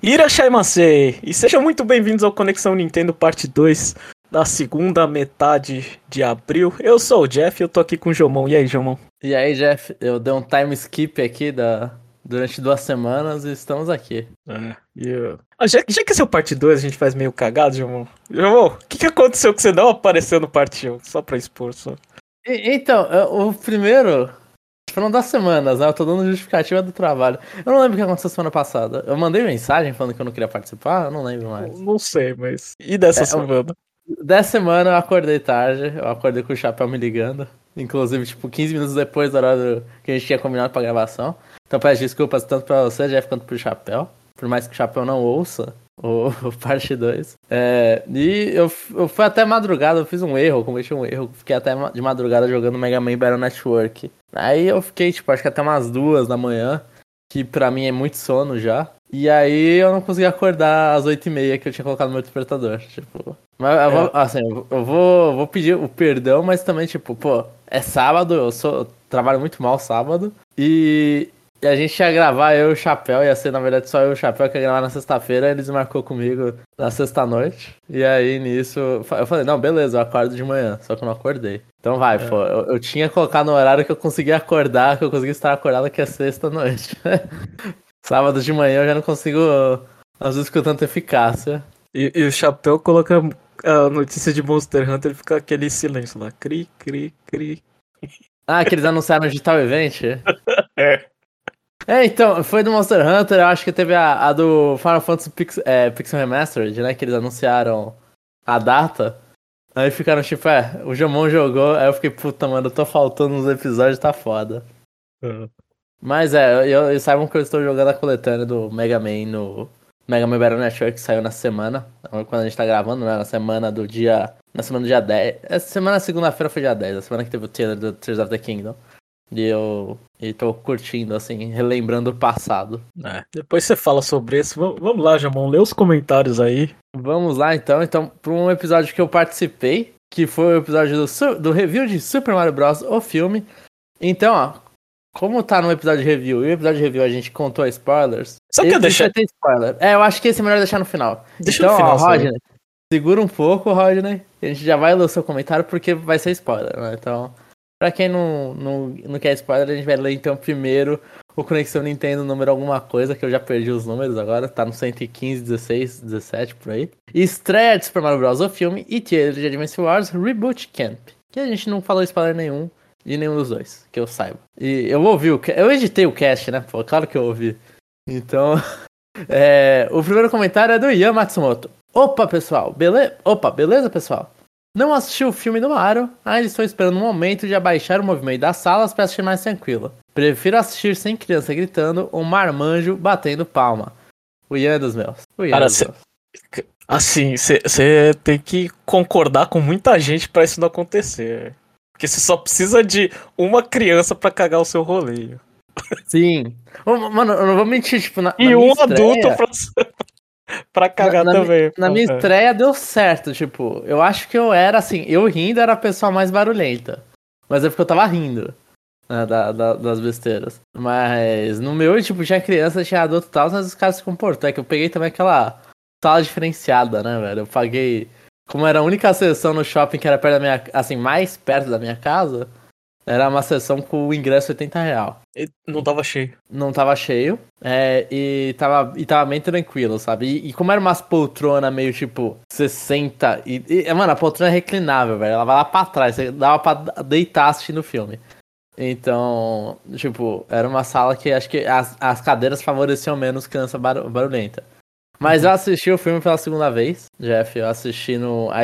Irashaimase! E sejam muito bem-vindos ao Conexão Nintendo Parte 2 da segunda metade de abril. Eu sou o Jeff e eu tô aqui com o Jomon. E aí, Jomon? E aí, Jeff, eu dei um time skip aqui durante 2 semanas e estamos aqui. Já que esse é o parte 2, a gente faz meio cagado, Jomon. Jomon, o que aconteceu que você não apareceu no parte 1? Só pra expor, só. Então, o primeiro... Foram 2 semanas, né? Eu tô dando justificativa do trabalho. Eu não lembro o que aconteceu semana passada. Eu mandei mensagem falando que eu não queria participar? Eu não lembro mais. Não sei, mas... E dessa semana? Dessa semana eu acordei tarde. Eu acordei com o Chapéu me ligando. Inclusive, tipo, 15 minutos depois da hora que a gente tinha combinado pra gravação. Então peço desculpas tanto pra você, Jeff, quanto pro Chapéu. Por mais que o Chapéu não ouça o parte 2. E eu fui até madrugada, eu fiz um erro, cometi um erro. Fiquei até de madrugada jogando Mega Man Battle Network. Aí eu fiquei, tipo, acho que até umas 2 da manhã. Que pra mim é muito sono já. E aí eu não consegui acordar às 8h30 que eu tinha colocado no meu despertador. Tipo... Mas eu vou pedir o perdão, mas também, tipo, pô, é sábado, eu trabalho muito mal sábado. E a gente ia gravar, eu e o Chapéu, ia ser na verdade só eu e o Chapéu que ia gravar na sexta-feira, eles marcou comigo na sexta-noite. E aí nisso, eu falei, não, beleza, eu acordo de manhã, só que eu não acordei. Então vai, pô, eu tinha colocado no horário que eu conseguia acordar, que eu conseguia estar acordado, que é sexta-noite. Sábado de manhã eu já não consigo, às vezes, com tanta eficácia. E o Chapéu coloca a notícia de Monster Hunter e fica aquele silêncio lá. Cri, cri, cri. Ah, que eles anunciaram o Digital Event? É. Então, foi do Monster Hunter, eu acho que teve a do Final Fantasy Pixel Remastered, né, que eles anunciaram a data. Aí ficaram tipo, o Jomon jogou, aí eu fiquei, puta, mano, eu tô faltando uns episódios, tá foda. Mas eu saibam que eu estou jogando a coletânea do Mega Man no Mega Man Battle Network, que saiu na semana, quando a gente tá gravando, né, na semana do dia 10. Essa semana, segunda-feira, foi dia 10, a semana que teve o trailer do Tears of the Kingdom. E tô curtindo, assim, relembrando o passado. Depois você fala sobre isso. Vamos lá, Jamon, lê os comentários aí. Vamos lá, então. Então, para um episódio que eu participei, que foi o episódio do review de Super Mario Bros., o filme. Então, ó, como tá no episódio de review, e o episódio de review a gente contou spoilers, Só que eu deixei... vai ter spoiler. Eu acho que esse é melhor deixar no final. Deixa então, no final, ó, Rodney, segura um pouco, Rodney, a gente já vai ler o seu comentário, porque vai ser spoiler, né? Então... Pra quem não quer spoiler, a gente vai ler então primeiro o Conexão Nintendo número alguma coisa, que eu já perdi os números agora, tá no 115, 16, 17, por aí. Estreia de Super Mario Bros. O filme e trailer de Advance Wars Reboot Camp, que a gente não falou spoiler nenhum de nenhum dos dois, que eu saiba. E eu ouvi eu editei o cast, né, pô, claro que eu ouvi. Então, o primeiro comentário é do Ian Matsumoto. Opa, beleza, pessoal? Não assisti o filme do Mario, ainda estou esperando um momento de abaixar o movimento das salas para assistir mais tranquilo. Prefiro assistir sem criança gritando ou marmanjo batendo palma. O Ian é dos meus. Cara, assim, você tem que concordar com muita gente pra isso não acontecer. Porque você só precisa de uma criança pra cagar o seu rolê. Sim. Mano, eu não vou mentir, tipo, e um adulto pra cagar também. Na minha estreia deu certo, tipo, eu acho que eu era assim, eu rindo era a pessoa mais barulhenta. Mas é porque eu tava rindo, né, das besteiras. Mas no meu, tipo, tinha criança, tinha adulto e tal, mas os caras se comportaram. É que eu peguei também aquela sala diferenciada, né, velho? Eu paguei, como era a única sessão no shopping que era perto da minha, assim, mais perto da minha casa, era uma sessão com o ingresso R$80. E não tava cheio. Não tava cheio. E tava bem tranquilo, sabe? E como era umas poltrona meio tipo 60. Mano, a poltrona é reclinável, velho. Ela vai lá pra trás. Você dava pra deitar assistindo o filme. Então, tipo, era uma sala que acho que as cadeiras favoreciam menos criança barulhenta. Mas eu assisti o filme pela segunda vez, Jeff. Eu assisti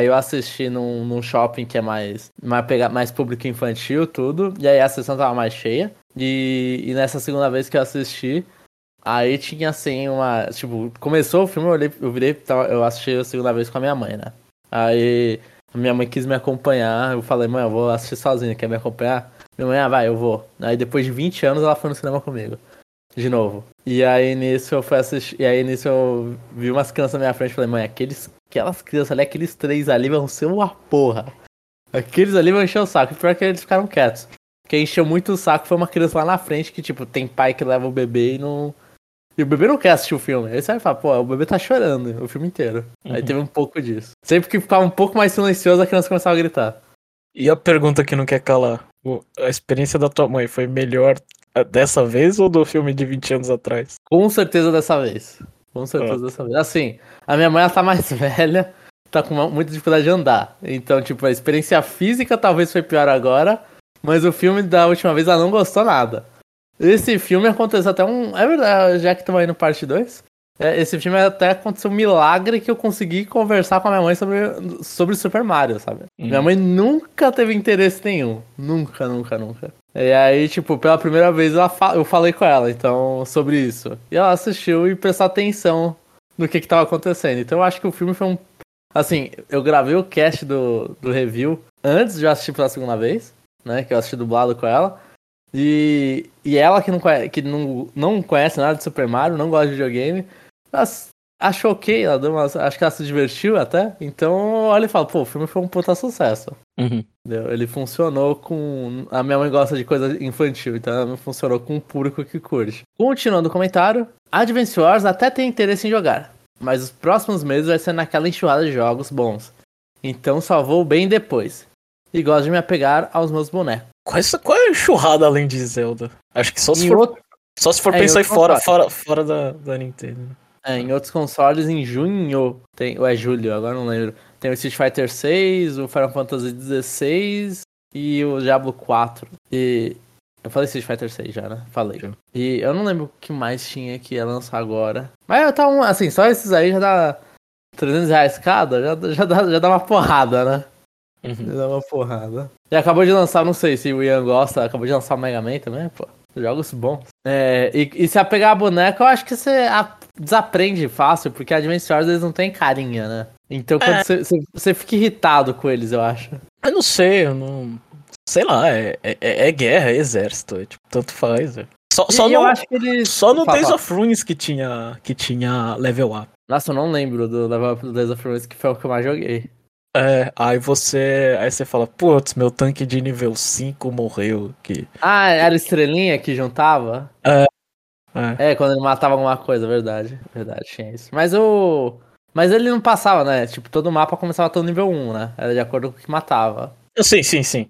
num shopping que é mais público infantil, tudo. E aí a sessão tava mais cheia. E nessa segunda vez que eu assisti, aí tinha assim uma... Tipo, começou o filme, eu assisti a segunda vez com a minha mãe, né? Aí a minha mãe quis me acompanhar. Eu falei, mãe, eu vou assistir sozinha, quer me acompanhar? Minha mãe, vai, eu vou. Aí depois de 20 anos ela foi no cinema comigo. De novo. E aí nisso eu fui assistir. E aí nisso eu vi umas crianças na minha frente e falei, mãe, aquelas crianças ali, aqueles 3 ali vão ser uma porra. Aqueles ali vão encher o saco. E pior que eles ficaram quietos. Quem encheu muito o saco foi uma criança lá na frente que, tipo, tem pai que leva o bebê e E o bebê não quer assistir o filme. Aí você vai falar, pô, o bebê tá chorando o filme inteiro. Aí teve um pouco disso. Sempre que ficava um pouco mais silencioso, a criança começava a gritar. E a pergunta que não quer calar: a experiência da tua mãe foi melhor dessa vez ou do filme de 20 anos atrás? Com certeza dessa vez. Com certeza dessa vez. Assim, a minha mãe ela tá mais velha, tá com muita dificuldade de andar. Então, tipo, a experiência física talvez foi pior agora, mas o filme da última vez ela não gostou nada. Esse filme aconteceu até um... É verdade, já que estamos aí no parte 2. Esse filme até aconteceu um milagre que eu consegui conversar com a minha mãe sobre Super Mario, sabe? Minha mãe nunca teve interesse nenhum. Nunca. E aí, tipo, pela primeira vez eu falei com ela, então, sobre isso. E ela assistiu e prestou atenção no que tava acontecendo. Então eu acho que o filme foi um... Assim, eu gravei o cast do review antes de eu assistir pela segunda vez, né? Que eu assisti dublado com ela. E ela que não conhece nada de Super Mario, não gosta de videogame, ela achou ok, acho que ela se divertiu até. Então olha e fala, pô, o filme foi um puta sucesso. Entendeu? Ele funcionou com... A minha mãe gosta de coisa infantil, então funcionou com o público que curte. Continuando o comentário, Advance Wars até tem interesse em jogar, mas os próximos meses vai ser naquela enxurrada de jogos bons. Então só vou bem depois. E gosto de me apegar aos meus bonecos. Qual é a enxurrada além de Zelda? Acho que só se for pensar em fora da Nintendo. Em outros consoles, em junho, ou é julho, agora não lembro. Tem o Street Fighter 6, o Final Fantasy 16 e o Diablo 4. E eu falei Street Fighter 6 já, né? Falei. E eu não lembro o que mais tinha que ia lançar agora. Mas tá assim, só esses aí já dá R$300 cada, já dá uma porrada, né? Já dá uma porrada. E acabou de lançar, não sei se o Ian gosta, acabou de lançar o Mega Man também, pô. Jogos bons. E se apegar a boneca, eu acho que você desaprende fácil, porque a Advance Wars eles não tem carinha, né? Então quando você fica irritado com eles, eu acho. Eu não sei, eu não... Sei lá, é guerra, é exército, tipo, tanto faz, velho. Eu acho que eles... Só no Days of Ruins que tinha level up. Nossa, eu não lembro do level up do Days of Ruins, que foi o que eu mais joguei. Aí você fala, putz, meu tanque de nível 5 morreu aqui. Ah, era estrelinha que juntava? Quando ele matava alguma coisa, verdade, tinha isso. Mas ele não passava, né? Tipo, todo mapa começava todo nível 1, né? Era de acordo com o que matava. Sim. Sim. Sim.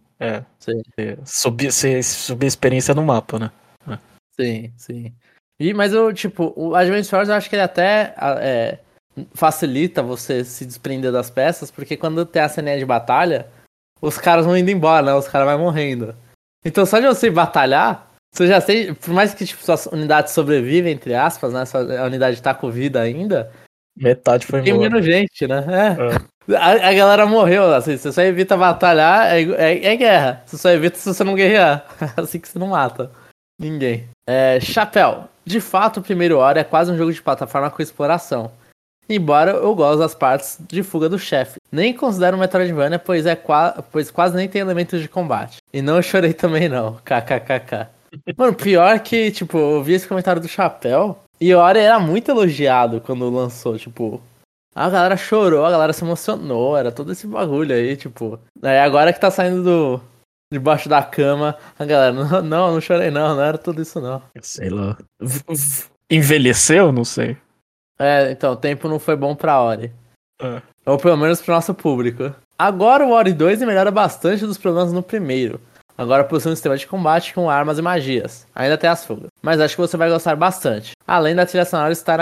Subir a experiência no mapa, né? Sim. Mas o Advance Wars eu acho que ele até facilita você se desprender das peças, porque quando tem a ceninha de batalha, os caras vão indo embora, né? Os caras vão morrendo. Então só de você batalhar, você já tem, por mais que suas unidades sobrevivem, entre aspas, né? A unidade tá com vida ainda. Metade foi embora. Tem menos gente, né? A galera morreu, assim, você só evita batalhar, é guerra. Você só evita se você não guerrear. Assim que você não mata ninguém. Chapéu. De fato, o primeiro Ori é quase um jogo de plataforma com exploração. Embora eu goste das partes de fuga do chefe. Nem considero um Metroidvania, pois quase nem tem elementos de combate. E não chorei também não, kkkk. Mano, pior que, tipo, eu vi esse comentário do Chapéu, e o Ori era muito elogiado quando lançou, tipo... A galera chorou, a galera se emocionou, era todo esse bagulho aí, tipo... Aí agora que tá saindo debaixo da cama, a galera, não chorei não era tudo isso não. Sei lá. Envelheceu? Não sei. Então, o tempo não foi bom pra Ori. Ou pelo menos pro nosso público. Agora o Ori 2 melhora bastante dos problemas no primeiro. Agora possui um sistema de combate com armas e magias. Ainda tem as fugas. Mas acho que você vai gostar bastante. Além da trilha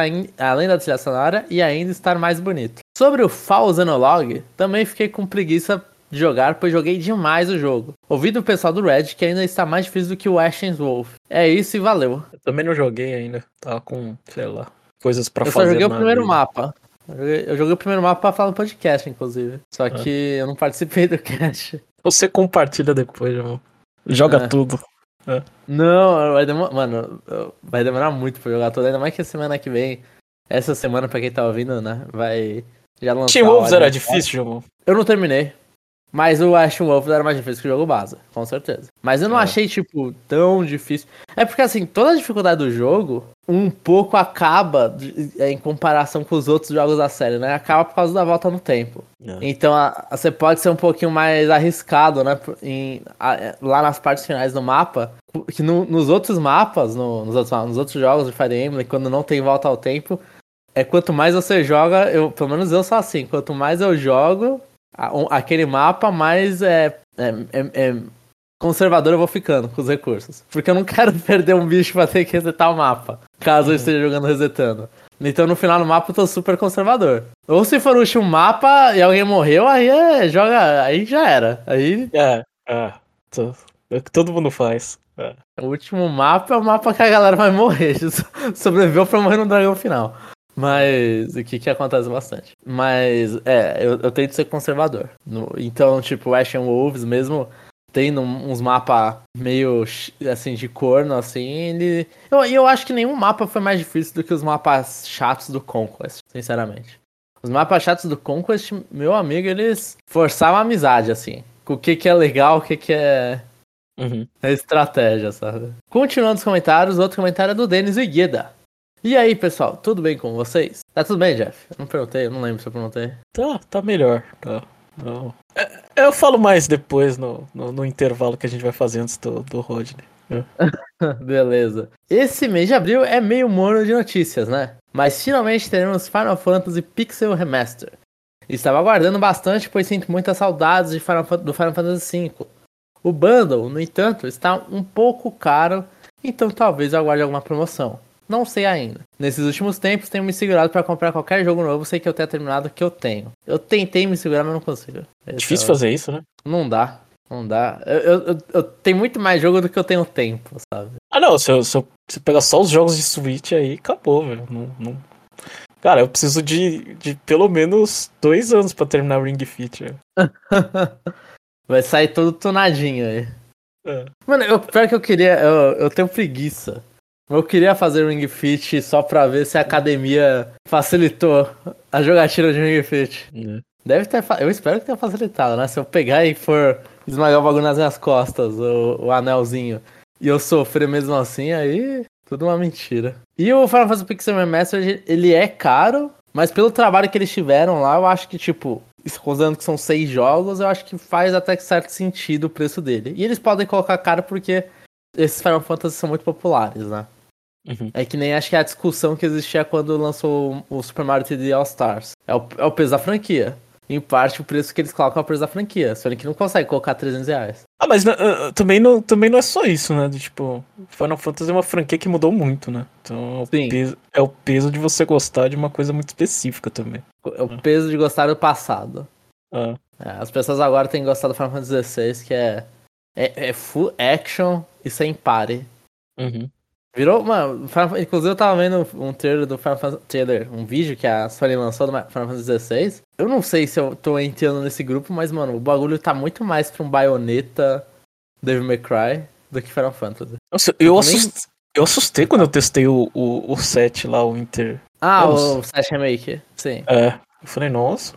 sonora e ainda estar mais bonito. Sobre o Fall Xenolog, também fiquei com preguiça de jogar, pois joguei demais o jogo. Ouvi do pessoal do Red que ainda está mais difícil do que o Ashen's Wolf. É isso e valeu. Eu também não joguei ainda. Tava com, sei lá, coisas pra fazer. Eu só joguei o primeiro mapa. Eu joguei o primeiro mapa pra falar no podcast, inclusive. Só que eu não participei do cast. Você compartilha depois, irmão. Joga tudo. Não, vai demorar muito pra jogar tudo. Ainda mais que a semana que vem, essa semana, pra quem tá ouvindo, né, vai já lançar. Team Wolves era difícil, irmão? Eu não terminei. Mas o Ashen Wolf era mais difícil que o jogo base, com certeza. Mas eu não achei, tipo, tão difícil. É porque, assim, toda a dificuldade do jogo, um pouco acaba em comparação com os outros jogos da série, né? Acaba por causa da volta no tempo. Então, você pode ser um pouquinho mais arriscado, né? Lá nas partes finais do mapa. Que nos outros mapas, nos outros jogos de Fire Emblem, quando não tem volta ao tempo, quanto mais você joga, pelo menos eu sou assim, quanto mais eu jogo aquele mapa, mais conservador eu vou ficando com os recursos. Porque eu não quero perder um bicho pra ter que resetar o mapa, caso eu esteja jogando resetando. Então no final do mapa eu tô super conservador. Ou se for o último mapa e alguém morreu, aí aí já era. Aí é o que todo mundo faz. O último mapa é o mapa que a galera vai morrer. Sobreviveu pra morrer no dragão final. Mas o que acontece bastante. Mas, eu tento ser conservador. Então, tipo, Ashen Wolves, mesmo tendo uns mapas meio, assim, de corno, assim, eu acho que nenhum mapa foi mais difícil do que os mapas chatos do Conquest, sinceramente. Os mapas chatos do Conquest, meu amigo, eles forçavam a amizade, assim. Com o que é legal, o que é... estratégia, sabe? Continuando os comentários, outro comentário é do Denis Igueda. E aí, pessoal, tudo bem com vocês? Tá tudo bem, Jeff? Eu não perguntei, eu não lembro se eu perguntei. Tá melhor. Tá. Eu falo mais depois no intervalo que a gente vai fazer antes do Rodney. Beleza. Esse mês de abril é meio morno de notícias, né? Mas finalmente teremos Final Fantasy Pixel Remaster. Estava aguardando bastante, pois sinto muitas saudades do Final Fantasy V. O bundle, no entanto, está um pouco caro, então talvez eu aguarde alguma promoção. Não sei ainda. Nesses últimos tempos tenho me segurado para comprar qualquer jogo novo sem que eu tenha terminado o que eu tenho. Eu tentei me segurar, mas não consigo. Difícil fazer isso, né? Não dá. Eu tenho muito mais jogo do que eu tenho tempo, sabe? Não, se você pegar só os jogos de Switch aí, acabou, velho. Não... Cara, eu preciso de pelo menos 2 anos pra terminar o Ring Fit. Vai sair todo tonadinho aí. Mano, pior que eu queria... Eu tenho preguiça. Eu queria fazer Ring Fit só pra ver se a academia facilitou a jogatina de Ring Fit. Deve ter... Eu espero que tenha facilitado, né? Se eu pegar e for esmagar o bagulho nas minhas costas, o anelzinho, e eu sofrer mesmo assim, aí... Tudo uma mentira. E o Final Fantasy Pixel Remastered, ele é caro, mas pelo trabalho que eles tiveram lá, eu acho que, tipo... Considerando que são 6 jogos, eu acho que faz até certo sentido o preço dele. E eles podem colocar caro porque esses Final Fantasy são muito populares, né? É que nem acho que a discussão que existia quando lançou o Super Mario 3D All Stars. É o peso da franquia. Em parte, o preço que eles colocam é o preço da franquia. Só que não consegue colocar R$300. Mas também não é só isso, né? Tipo, Final Fantasy é uma franquia que mudou muito, né? Então é o peso de você gostar de uma coisa muito específica também. É o peso de gostar do passado. As pessoas agora têm gostado do Final Fantasy XVI, que é full action e sem pare. Virou, mano, inclusive eu tava vendo um trailer do Final Fantasy, um vídeo que a Sony lançou do Final Fantasy XVI. Eu não sei se eu tô entrando nesse grupo, mas, mano, o bagulho tá muito mais pra um Bayonetta, Devil May Cry, do que Final Fantasy. Nossa, eu assustei quando eu testei o 7 lá, o Inter. O 7 Remake, sim. Eu falei, nossa,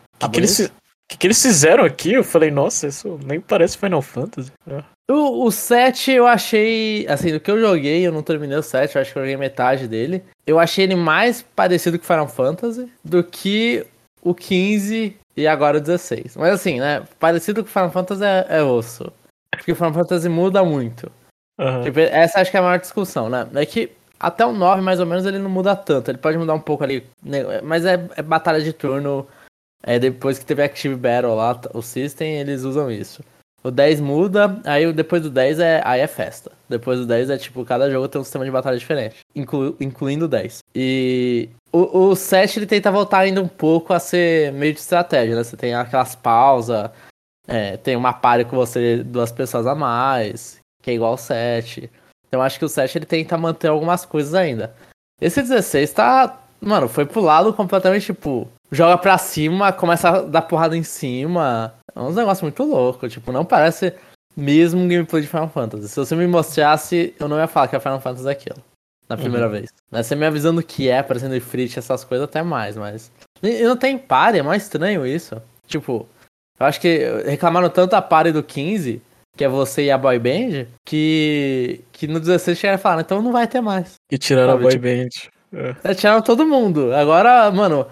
o que eles fizeram aqui? Eu falei, nossa, isso nem parece Final Fantasy. O 7 eu achei, assim, do que eu joguei, eu não terminei o 7, eu acho que eu joguei metade dele. Eu achei ele mais parecido com Final Fantasy do que o 15 e agora o 16. Mas assim, né, parecido com Final Fantasy é osso. Porque o Final Fantasy muda muito. Tipo, essa acho que é a maior discussão, né? É que até o 9, mais ou menos, ele não muda tanto. Ele pode mudar um pouco ali, né? Mas é batalha de turno. Depois que teve Active Battle lá, o System, eles usam isso. O 10 muda, aí depois do 10 aí é festa. Depois do 10 é tipo, cada jogo tem um sistema de batalha diferente, incluindo o 10. E o 7 ele tenta voltar ainda um pouco a ser meio de estratégia, né? Você tem aquelas pausas, tem uma party com você 2 pessoas a mais, que é igual ao 7. Então acho que o 7 ele tenta manter algumas coisas ainda. Esse 16 mano, foi pro lado completamente, tipo, joga pra cima, começa a dar porrada em cima. É um negócio muito louco, tipo, não parece mesmo um gameplay de Final Fantasy. Se você me mostrasse, eu não ia falar que é Final Fantasy aquilo, na primeira vez. Você me avisando que aparecendo Ifrit, essas coisas, até mais, mas... E não tem pare, é mais estranho isso. Tipo, Eu acho que reclamaram tanto da party do 15, que é você e a boy band, que no 16 chegaram a falar, então não vai ter mais. E tiraram Sabe, a boy tipo, band. tiraram todo mundo. Agora, mano,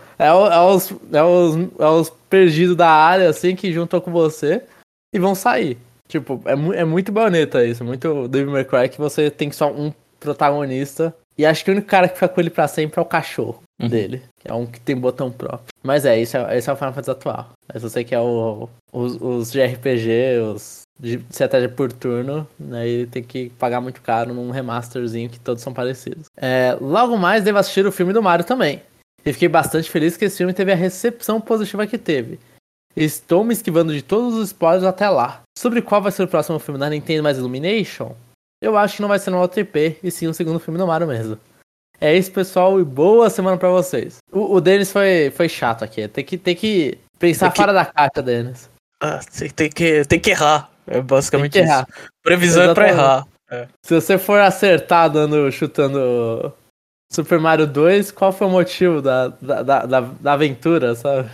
é os perdidos da área, assim, que juntam com você e vão sair. Tipo, é muito baioneta isso, muito Devil May Cry, que você tem só um protagonista. E acho que o único cara que fica com ele pra sempre é o cachorro dele. Que é um que tem botão próprio. Mas esse é o Final Fantasy atual. Mas eu sei que é os de RPG, os de estratégia por turno, né? E tem que pagar muito caro num remasterzinho que todos são parecidos. Logo mais, devo assistir o filme do Mario também. E fiquei bastante feliz que esse filme teve a recepção positiva que teve. Estou me esquivando de todos os spoilers até lá. Sobre qual vai ser o próximo filme da Nintendo mais Illumination? Eu acho que não vai ser no OTP, e sim o segundo filme do Mario mesmo. É isso, pessoal, e boa semana pra vocês. O Denis foi chato aqui. Tem que pensar fora da caixa, Denis. Tem que errar. É basicamente tem que errar. Isso. Previsão exatamente. É pra errar. Se você for acertar chutando Super Mario 2, qual foi o motivo da aventura, sabe?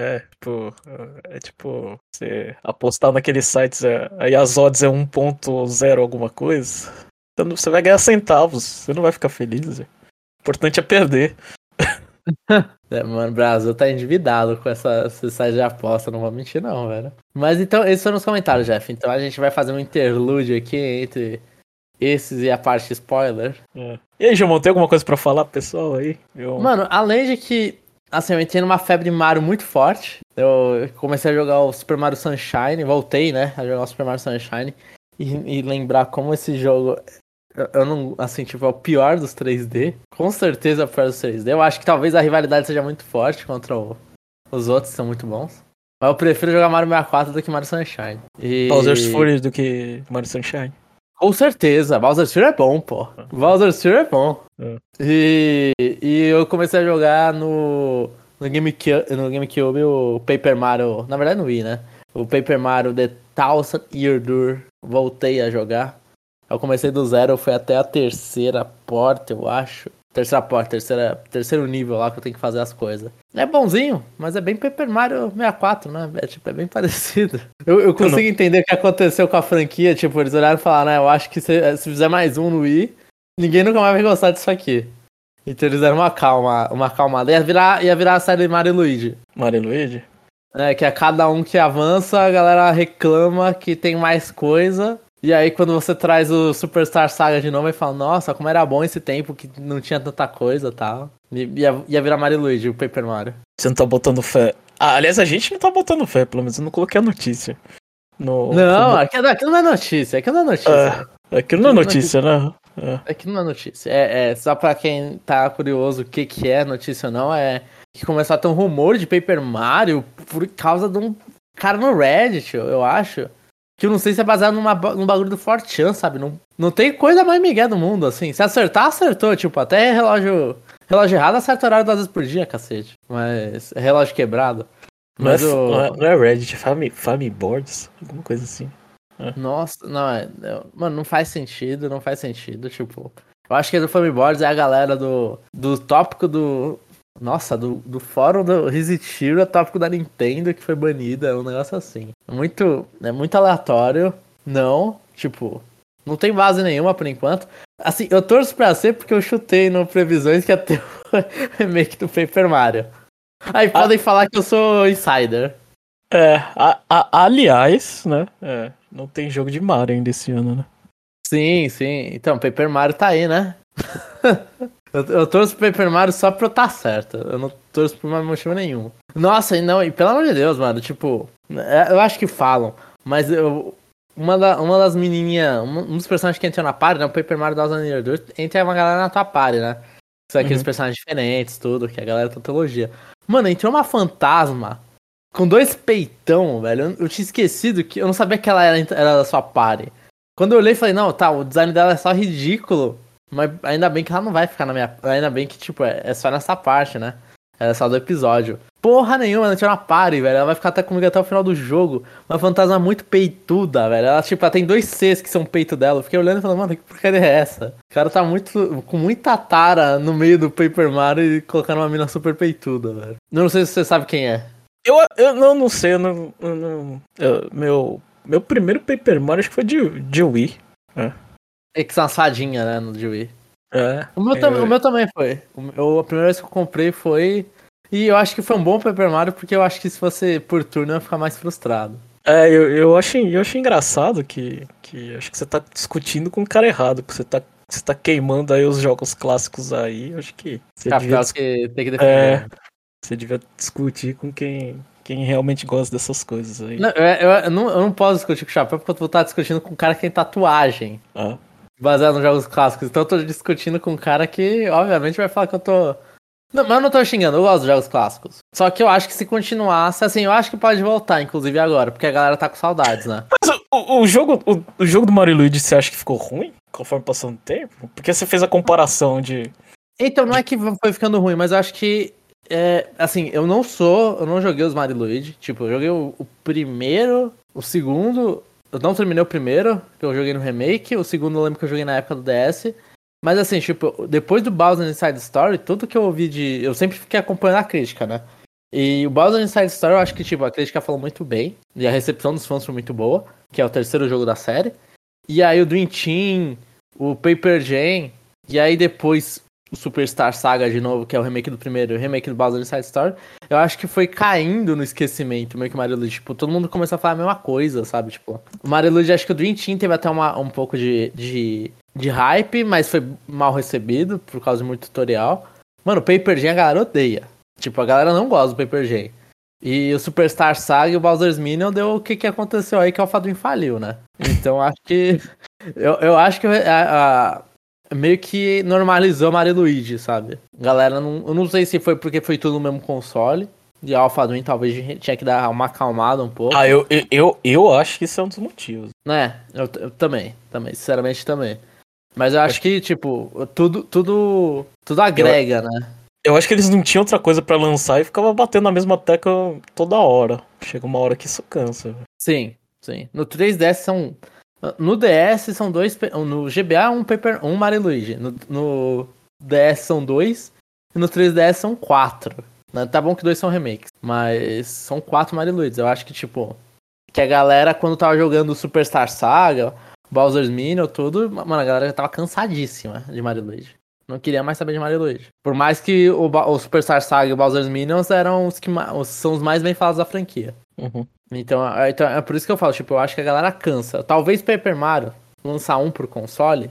Tipo, você apostar naqueles sites, aí as odds é 1.0 alguma coisa, então você vai ganhar centavos, você não vai ficar feliz, O importante é perder. Mano, o Brasil tá endividado com esse site de aposta, não vou mentir não, velho. Mas então, esses foram os comentários, Jeff. Então a gente vai fazer um interlúdio aqui entre esses e a parte spoiler. E aí, Gilmão, tem alguma coisa pra falar, pessoal, aí? Mano, além de que, assim, eu entrei numa febre de Mario muito forte. Eu comecei a jogar o Super Mario Sunshine, voltei, né, a jogar o Super Mario Sunshine e lembrar como esse jogo, eu não, assim, tipo, é o pior dos 3D. Com certeza é o pior dos 3D. Eu acho que talvez a rivalidade seja muito forte contra os outros, que são muito bons. Mas eu prefiro jogar Mario 64 do que Mario Sunshine. Bowser's Fury do que Mario Sunshine. Com certeza, Bowser's Fury é bom, pô. Bowser's Fury é bom. E eu comecei a jogar no GameCube o Paper Mario, na verdade no Wii, né? O Paper Mario The Thousand Year Door, voltei a jogar. Eu comecei do zero, eu fui até a terceira porta, eu acho. Terceiro nível lá que eu tenho que fazer as coisas. É bonzinho, mas é bem Paper Mario 64, né? É bem parecido. Eu consigo entender o que aconteceu com a franquia. Tipo, eles olharam e falaram, né? Eu acho que se fizer mais um no Wii, ninguém nunca mais vai gostar disso aqui. Então eles deram uma calmada. Ia virar a série Mario e Luigi. Mario e Luigi? Que a cada um que avança, a galera reclama que tem mais coisa. E aí quando você traz o Superstar Saga de novo, aí fala, nossa, como era bom esse tempo que não tinha tanta coisa e tal. Ia virar Mario e Luigi, o Paper Mario. Você não tá botando fé. Aliás, a gente não tá botando fé, pelo menos eu não coloquei a notícia. Aquilo não é notícia, aquilo não é notícia. Aquilo não é notícia, né? Aquilo não é notícia. Só pra quem tá curioso o que é notícia ou não, é que começou a ter um rumor de Paper Mario por causa de um cara no Reddit, eu acho. Que eu não sei se é baseado num bagulho do 4chan, sabe? Não tem coisa mais migué do mundo, assim. Se acertar, acertou. Tipo, até relógio errado acerta horário 2 vezes por dia, cacete. Mas é relógio quebrado. Mas não é Reddit, é Famiboards, alguma coisa assim. Nossa, mano, não faz sentido, tipo... Eu acho que do Famiboards é a galera do tópico do... Nossa, do fórum do Resistiro, é tópico da Nintendo que foi banida, é um negócio assim. É muito aleatório, não tem base nenhuma por enquanto. Assim, eu torço pra ser porque eu chutei no Previsões que ia ter o remake do Paper Mario. Aí podem falar que eu sou insider. Aliás, né, não tem jogo de Mario ainda esse ano, né? Sim, então Paper Mario tá aí, né? Eu torço pro Paper Mario só pra eu estar certo. Eu não torço por motivo nenhum. Nossa, e pelo amor de Deus, mano, tipo... Eu acho que falam, mas uma das menininhas... Um dos personagens que entrou na party, né? O Paper Mario Thousand Year Door, entra uma galera na tua party, né? São aqueles personagens diferentes, tudo, que a galera tautologia. Mano, entrou uma fantasma com 2 peitão, velho. Eu tinha esquecido que... Eu não sabia que ela era da sua party. Quando eu olhei, falei, não, tá, o design dela é só ridículo. Mas ainda bem que ela não vai ficar na minha... Ainda bem que, tipo, é só nessa parte, né? É só do episódio. Porra nenhuma, ela tinha uma party, velho. Ela vai ficar até comigo até o final do jogo. Uma fantasma muito peituda, velho. Ela tem 2 Cs que são peito dela. Eu fiquei olhando e falando, mano, que porcaria é essa? O cara tá com muita tara no meio do Paper Mario e colocando uma mina super peituda, velho. Não sei se você sabe quem é. Eu não sei, meu primeiro Paper Mario acho que foi de Wii. É que são as fadinhas, né, no de Wii. O Eu- meu também foi. A primeira vez que eu comprei foi... E eu acho que foi um bom Paper Mario, porque eu acho que se fosse por turno eu ia ficar mais frustrado. eu achei engraçado que acho que você tá discutindo com o cara errado, que você tá queimando aí os jogos clássicos aí, eu acho que você devia, Chapéu que tem que defender. você devia discutir com quem realmente gosta dessas coisas aí. Não, eu não posso discutir com o Chapéu, porque eu vou estar discutindo com um cara que tem tatuagem, Ah. baseado nos jogos clássicos. Então eu tô discutindo com um cara que, obviamente, vai falar que eu tô... Não, mas eu não tô xingando, eu gosto dos jogos clássicos. Só que eu acho que se continuasse, assim, eu acho que pode voltar, inclusive agora, porque a galera tá com saudades, né? Mas o jogo do Mario e Luigi, você acha que ficou ruim conforme passando o tempo? Porque você fez a comparação de... Então, não é que foi ficando ruim, mas eu acho que, assim, eu não joguei os Mario e Luigi. Tipo, eu joguei o primeiro, o segundo, eu não terminei o primeiro, que eu joguei no remake, o segundo eu lembro que eu joguei na época do DS. Mas assim, tipo, depois do Bowser Inside Story, tudo que eu ouvi de... Eu sempre fiquei acompanhando a crítica, né? E o Bowser Inside Story, eu acho que, tipo, a crítica falou muito bem, e a recepção dos fãs foi muito boa, que é o terceiro jogo da série. E aí o Dream Team, o Paper Jam, e aí depois o Superstar Saga de novo, que é o remake do primeiro, e o remake do Bowser Inside Story, eu acho que foi caindo no esquecimento, meio que o Mario Luigi. Tipo, todo mundo começou a falar a mesma coisa, sabe? Tipo, o Mario Luigi, acho que o Dream Team teve até um pouco de hype, mas foi mal recebido por causa de muito tutorial. Mano, o Paper Jam a galera odeia. Tipo, a galera não gosta do Paper Jam. E o Superstar Saga e o Bowser's Minion deu o que aconteceu aí, que é o Alphadoom faliu, né? Então acho que... eu acho que meio que normalizou Mario e Luigi, sabe? Galera, eu não sei se foi porque foi tudo no mesmo console. E a Alphadoom talvez tinha que dar uma acalmada um pouco. Eu acho que isso é um dos motivos. Né? Eu também, sinceramente também. Mas eu acho que, tipo, tudo agrega, né? Eu acho que eles não tinham outra coisa pra lançar e ficava batendo na mesma tecla toda hora. Chega uma hora que isso cansa. Sim. No 3DS são... No DS são dois... No GBA um Mario e Luigi. No DS são dois. E no 3DS são quatro. Né? Tá bom que dois são remakes. Mas são quatro Mario e Luigi. Eu acho que, tipo... Que a galera, quando tava jogando Superstar Saga, Bowser's Minion, tudo... Mano, a galera já tava cansadíssima de Mario e Luigi. Não queria mais saber de Mario e Luigi. Por mais que o Superstar Saga e o Bowser's Minions são os mais bem falados da franquia. Uhum. Então é por isso que eu falo, tipo, eu acho que a galera cansa. Talvez Paper Mario lançar um pro console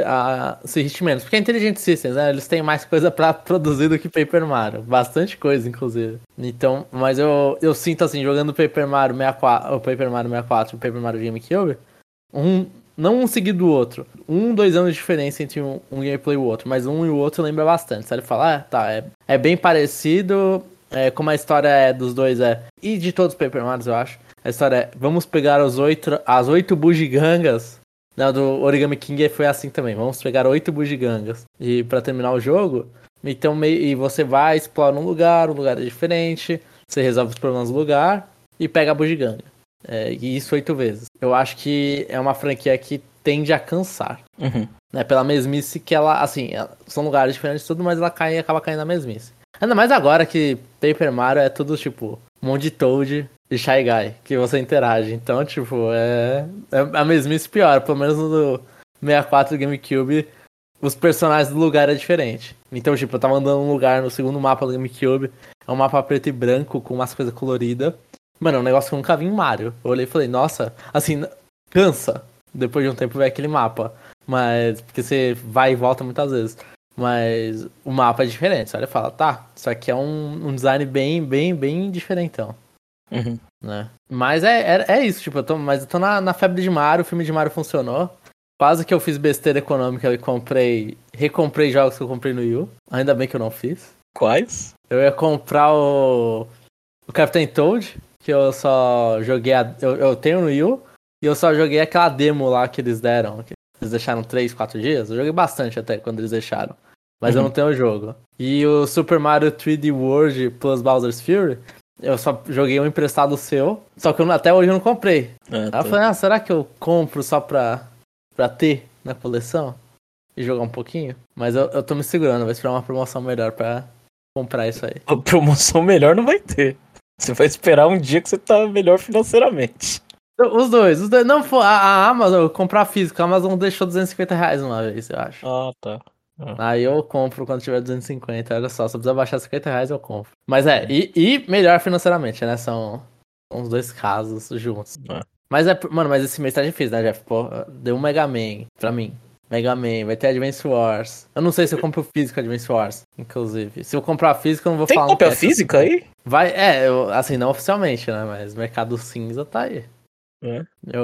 se irrite menos. Porque é Intelligent Systems, né? Eles têm mais coisa pra produzir do que Paper Mario. Bastante coisa, inclusive. Então, mas eu sinto assim, jogando Paper Mario 64, o Paper Mario 64 e o Paper Mario GameCube, não um seguido do outro. 2 anos de diferença entre um gameplay e o outro. Mas um e o outro lembra bastante. Sabe? Falar, é bem parecido. Como a história dos dois e de todos os Paper Marios, eu acho. A história é, vamos pegar as 8 bugigangas. Não, do Origami King foi assim também. Vamos pegar 8 bugigangas. E pra terminar o jogo, então e você vai, explora um lugar é diferente. Você resolve os problemas do lugar e pega a bugiganga. E isso 8 vezes. Eu acho que é uma franquia que tende a cansar. Uhum. Né, pela mesmice que ela, assim, são lugares diferentes e tudo, mas ela acaba caindo na mesmice. Ainda mais agora que Paper Mario é tudo, tipo, um monte de Toad e Shy Guy, que você interage. Então, tipo, é a mesmice pior. Pelo menos no 64 do GameCube, os personagens do lugar é diferente. Então, tipo, eu tava andando num lugar no segundo mapa do GameCube, é um mapa preto e branco com umas coisas coloridas. Mano, é um negócio que eu nunca vi em Mario. Eu olhei e falei, nossa, assim, cansa depois de um tempo ver aquele mapa. Mas, porque você vai e volta muitas vezes. Mas o mapa é diferente. Você olha e fala, tá, isso aqui é um design bem diferentão. Uhum. Né? Mas é isso, tipo, eu tô na febre de Mario, o filme de Mario funcionou. Quase que eu fiz besteira econômica e recomprei jogos que eu comprei no Wii U. Ainda bem que eu não fiz. Quais? Eu ia comprar o Captain Toad, que eu só joguei eu tenho no Wii U, e eu só joguei aquela demo lá que eles deram. Que eles deixaram 3, 4 dias. Eu joguei bastante até quando eles deixaram. Mas eu não tenho o jogo. E o Super Mario 3D World plus Bowser's Fury, eu só joguei um emprestado seu, só que até hoje eu não comprei. Aí eu falei, será que eu compro só pra ter na coleção? E jogar um pouquinho? Mas eu tô me segurando, vou esperar uma promoção melhor pra comprar isso aí. A promoção melhor não vai ter. Você vai esperar um dia que você tá melhor financeiramente. Os dois. Não, a Amazon, comprar físico, a Amazon deixou R$250 uma vez, eu acho. Ah, tá. Aí eu compro quando tiver 250, olha só, se eu precisar baixar R$50, eu compro. Mas e melhor financeiramente, né? São os dois casos juntos. Mas mano, mas esse mês tá difícil, né, Jeff? Pô, deu um Mega Man pra mim. Mega Man, vai ter Advance Wars. Eu não sei se eu compro físico Advance Wars, inclusive. Se eu comprar físico, eu não vou falar. Tem cópia física aí? Vai, assim, não oficialmente, né? Mas Mercado Cinza tá aí. É.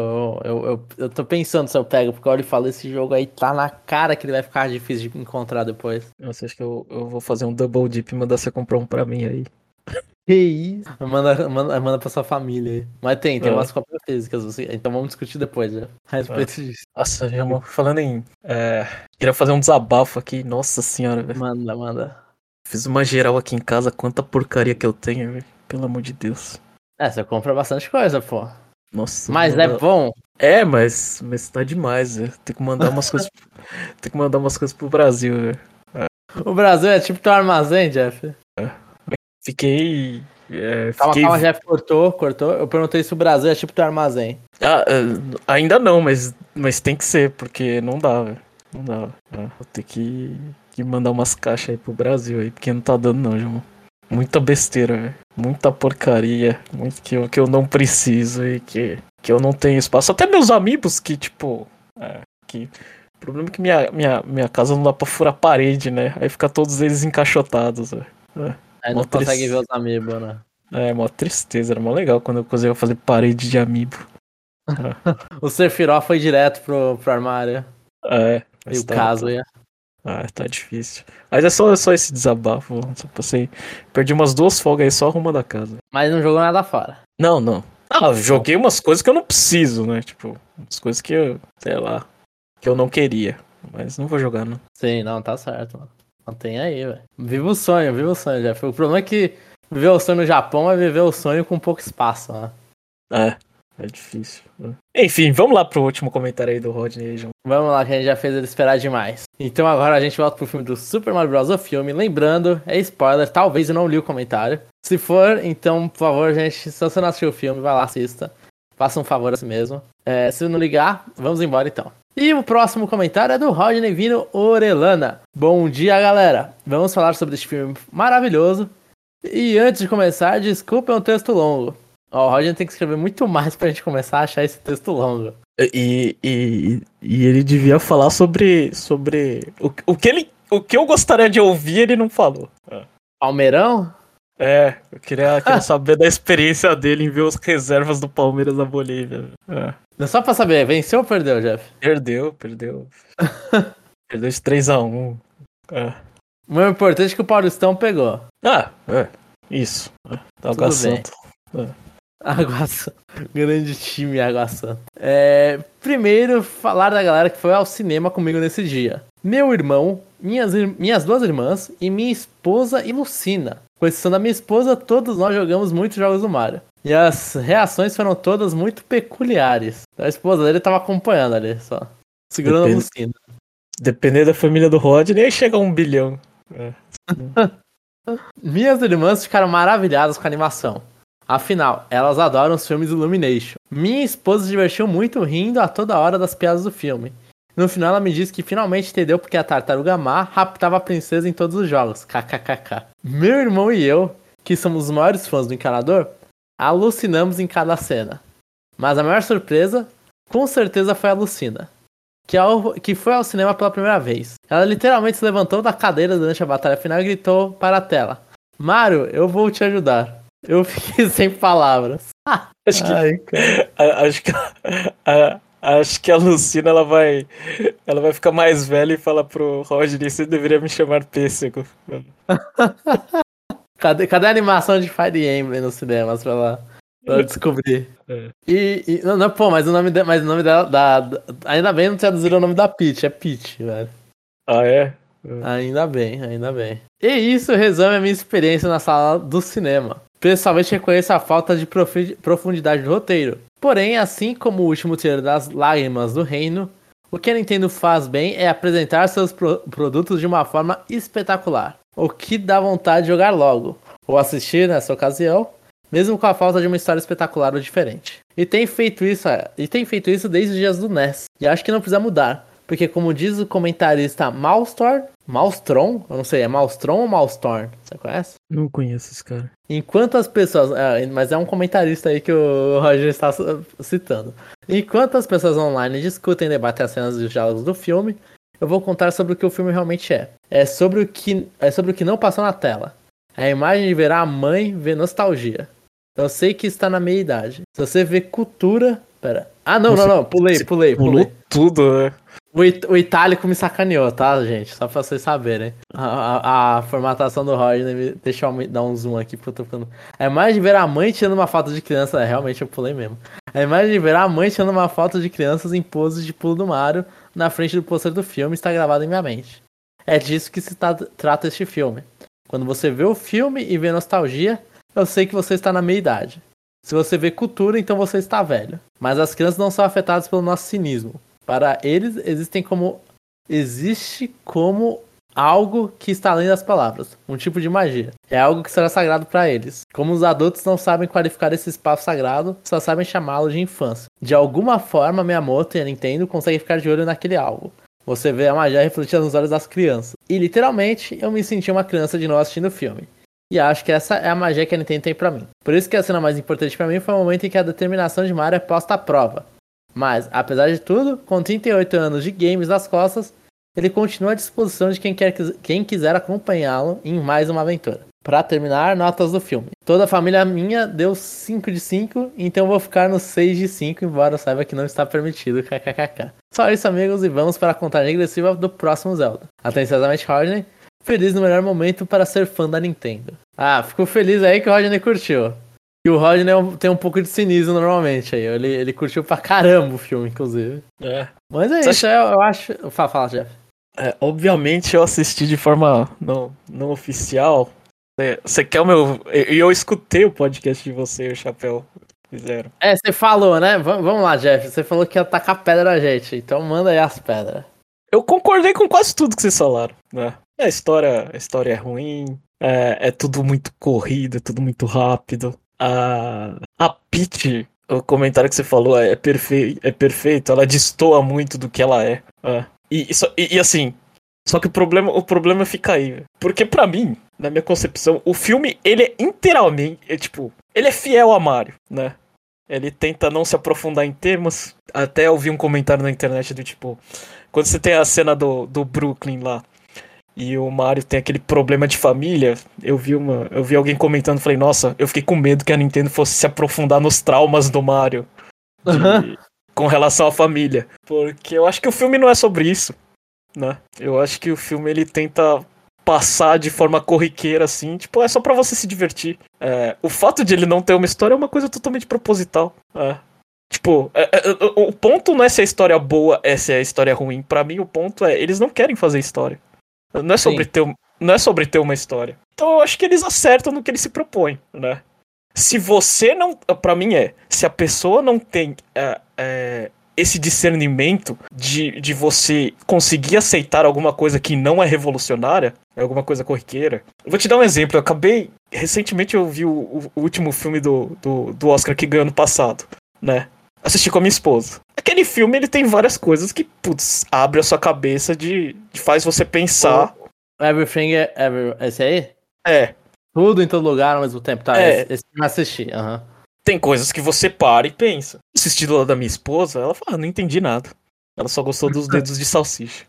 Eu tô pensando se eu pego, porque olha, eu falo, esse jogo aí tá na cara que ele vai ficar difícil de encontrar depois. Nossa, acho que eu vou fazer um double dip e mandar você comprar um pra mim aí. Que isso? Manda pra sua família aí. Mas tem umas cópias físicas, então vamos discutir depois, já. A respeito disso. Nossa, falando em... queria fazer um desabafo aqui, nossa senhora, velho. Manda. Fiz uma geral aqui em casa, quanta porcaria que eu tenho, velho. Pelo amor de Deus. Você compra bastante coisa, pô. Nossa. Mas é bom. Mas tá demais, velho. Tem que mandar umas coisas. Tem que mandar umas coisas pro Brasil, velho. O Brasil é tipo teu armazém, Jeff. Fiquei. Calma, Jeff cortou. Eu perguntei se o Brasil é tipo teu armazém. Ainda não, mas tem que ser, porque não dá, velho. Não dá. Vou ter que mandar umas caixas aí pro Brasil aí, porque não tá dando não, João. Muita besteira, velho. Muita porcaria. Muito que eu não preciso e que eu não tenho espaço. Até meus amigos que, tipo... O problema é que minha casa não dá pra furar parede, né? Aí fica todos eles encaixotados, velho. Aí não consegue ver os amigos, né? Mó tristeza. Era mó legal quando eu conseguia fazer parede de amiibo. O Sephiroth foi direto pro armário. E o caso ia... tá difícil. Mas é só esse desabafo. Só passei. Perdi umas 2 folgas aí só arrumando a casa. Mas não jogou nada fora. Não. Joguei umas coisas que eu não preciso, né? Tipo, umas coisas que eu, sei lá, que eu não queria. Mas não vou jogar, não. Sim, não, tá certo, mano. Mantém aí, velho. Viva o sonho, Jeff. O problema é que viver o sonho no Japão é viver o sonho com pouco espaço, né? É difícil. Enfim, vamos lá pro último comentário aí do Rodney, João. Vamos lá, que a gente já fez ele esperar demais. Então agora a gente volta pro filme do Super Mario Bros. O filme. Lembrando, é spoiler, talvez eu não li o comentário. Se for, então, por favor, gente, se você não assistiu o filme, vai lá, assista. Faça um favor a si mesmo. Se não ligar, vamos embora então. E o próximo comentário é do Rodney Vino Orelana. Bom dia, galera. Vamos falar sobre este filme maravilhoso. E antes de começar, desculpa, é um texto longo. O Rodney tem que escrever muito mais pra gente começar a achar esse texto longo. E ele devia falar sobre o que eu gostaria de ouvir, ele não falou. Palmeirão? Eu queria saber da experiência dele em ver as reservas do Palmeiras na Bolívia. Só pra saber, venceu ou perdeu, Jeff? Perdeu. Perdeu de 3-1. O mais importante é que o Paulistão pegou. Isso. Tá Água Santa. Água Santa. Grande time, Água Santa. Primeiro, falar da galera que foi ao cinema comigo nesse dia. Meu irmão, minhas 2 irmãs e minha esposa e Lucina. Com exceção da minha esposa, todos nós jogamos muitos jogos do Mario. E as reações foram todas muito peculiares. A esposa dele tava acompanhando ali, só. Segurando a Lucina. Dependendo da família do Rodney, aí chega a 1 bilhão. Minhas irmãs ficaram maravilhadas com a animação. Afinal, elas adoram os filmes Illumination. Minha esposa se divertiu muito rindo a toda hora das piadas do filme. No final ela me disse que finalmente entendeu porque a Tartaruga Má raptava a princesa em todos os jogos. KKKK. Meu irmão e eu, que somos os maiores fãs do Encanador, alucinamos em cada cena. Mas a maior surpresa, com certeza, foi a Lucina, que foi ao cinema pela primeira vez. Ela literalmente se levantou da cadeira durante a batalha final e gritou para a tela: Mario, eu vou te ajudar. Eu fiquei sem palavras. Acho que a Lucina ela vai ficar mais velha e falar pro Rodney: você deveria me chamar Pêssego. Cadê a animação de Fire Emblem nos cinemas pra descobrir? Mas o nome dela. Ainda bem não traduziram o nome da Peach, é Peach, velho. Ainda bem. E isso resume a minha experiência na sala do cinema. Pessoalmente reconheço a falta de profundidade do roteiro. Porém, assim como o último trailer das Lágrimas do Reino, o que a Nintendo faz bem é apresentar seus produtos de uma forma espetacular. O que dá vontade de jogar logo, ou assistir nessa ocasião, mesmo com a falta de uma história espetacular ou diferente. E tem feito isso desde os dias do NES. E acho que não precisa mudar. Porque como diz o comentarista Maelstrom, eu não sei, é Maelstrom ou Maelstrom? Você conhece? Não conheço esse cara. Enquanto as pessoas... mas é um comentarista aí que o Roger está citando. Enquanto as pessoas online discutem e debatem as cenas e os diálogos do filme, eu vou contar sobre o que o filme realmente é. É sobre o que não passou na tela. A imagem de ver a mãe vê nostalgia. Eu sei que está na meia idade. Se você vê cultura... Pera. Ah, não. Pulei. Pulou tudo, né? O itálico me sacaneou, tá, gente? Só pra vocês saberem. A formatação do Roger, deixa eu dar um zoom aqui, porque eu tô ficando... A imagem de ver a mãe tirando uma foto de criança... realmente eu pulei mesmo. A imagem de ver a mãe tirando uma foto de crianças em poses de pulo do Mario na frente do pôster do filme está gravada em minha mente. É disso que se trata este filme. Quando você vê o filme e vê nostalgia, eu sei que você está na meia idade. Se você vê cultura, então você está velho. Mas as crianças não são afetadas pelo nosso cinismo. Para eles, existe como algo que está além das palavras. Um tipo de magia. É algo que será sagrado para eles. Como os adultos não sabem qualificar esse espaço sagrado, só sabem chamá-lo de infância. De alguma forma, Miyamoto e a Nintendo conseguem ficar de olho naquele algo. Você vê a magia refletida nos olhos das crianças. E literalmente, eu me senti uma criança de novo assistindo o filme. E acho que essa é a magia que a Nintendo tem pra mim. Por isso que a cena mais importante pra mim foi o momento em que a determinação de Mario é posta à prova. Mas, apesar de tudo, com 38 anos de games nas costas, ele continua à disposição de quem quiser acompanhá-lo em mais uma aventura. Pra terminar, notas do filme. Toda a família minha deu 5 de 5, então eu vou ficar no 6 de 5, embora eu saiba que não está permitido, kkkk. Só isso, amigos, e vamos para a contagem regressiva do próximo Zelda. Atenciosamente, Rodney. Feliz no melhor momento para ser fã da Nintendo. Ah, fico feliz aí que o Rodney curtiu. E o Rodney tem um pouco de cinismo normalmente aí. Ele curtiu pra caramba o filme, inclusive. É. Mas é isso, eu acho... Fala, Jeff. Obviamente eu assisti de forma não oficial. Você quer o meu... Eu escutei o podcast de você e o Chapéu fizeram. Você falou, né? Vamos lá, Jeff. Você falou que ia tacar pedra na gente. Então manda aí as pedras. Eu concordei com quase tudo que vocês falaram, né? A história é ruim, é tudo muito corrido, é tudo muito rápido. A Peach, o comentário que você falou é perfeito, ela destoa muito do que ela é. E assim, só que o problema fica aí. Porque pra mim, na minha concepção, o filme, ele é inteiramente, ele é fiel a Mario, né? Ele tenta não se aprofundar em termos. Até eu vi um comentário na internet do tipo... Quando você tem a cena do Brooklyn lá, e o Mario tem aquele problema de família, eu vi alguém comentando, falei, nossa, eu fiquei com medo que a Nintendo fosse se aprofundar nos traumas do Mario com relação à família. Porque eu acho que o filme não é sobre isso, né? Eu acho que o filme, ele tenta passar de forma corriqueira, assim, é só pra você se divertir. O fato de ele não ter uma história é uma coisa totalmente proposital. O ponto não é se a história é boa, se a história é ruim. Pra mim, o ponto é, eles não querem fazer história. Não é sobre ter uma história. Então eu acho que eles acertam no que eles se propõem, né? Se você não... Pra mim se a pessoa não tem esse discernimento de você conseguir aceitar alguma coisa que não é revolucionária, é alguma coisa corriqueira. Eu vou te dar um exemplo. Recentemente eu vi o último filme do Oscar que ganhou ano passado, né? Assisti com a minha esposa. Aquele filme, ele tem várias coisas que, abre a sua cabeça faz você pensar. Everything, esse aí? É. Tudo em todo lugar ao mesmo tempo, tá? Esse eu assisti, Tem coisas que você para e pensa. Assisti do lado da minha esposa, ela fala, não entendi nada. Ela só gostou dos dedos de salsicha.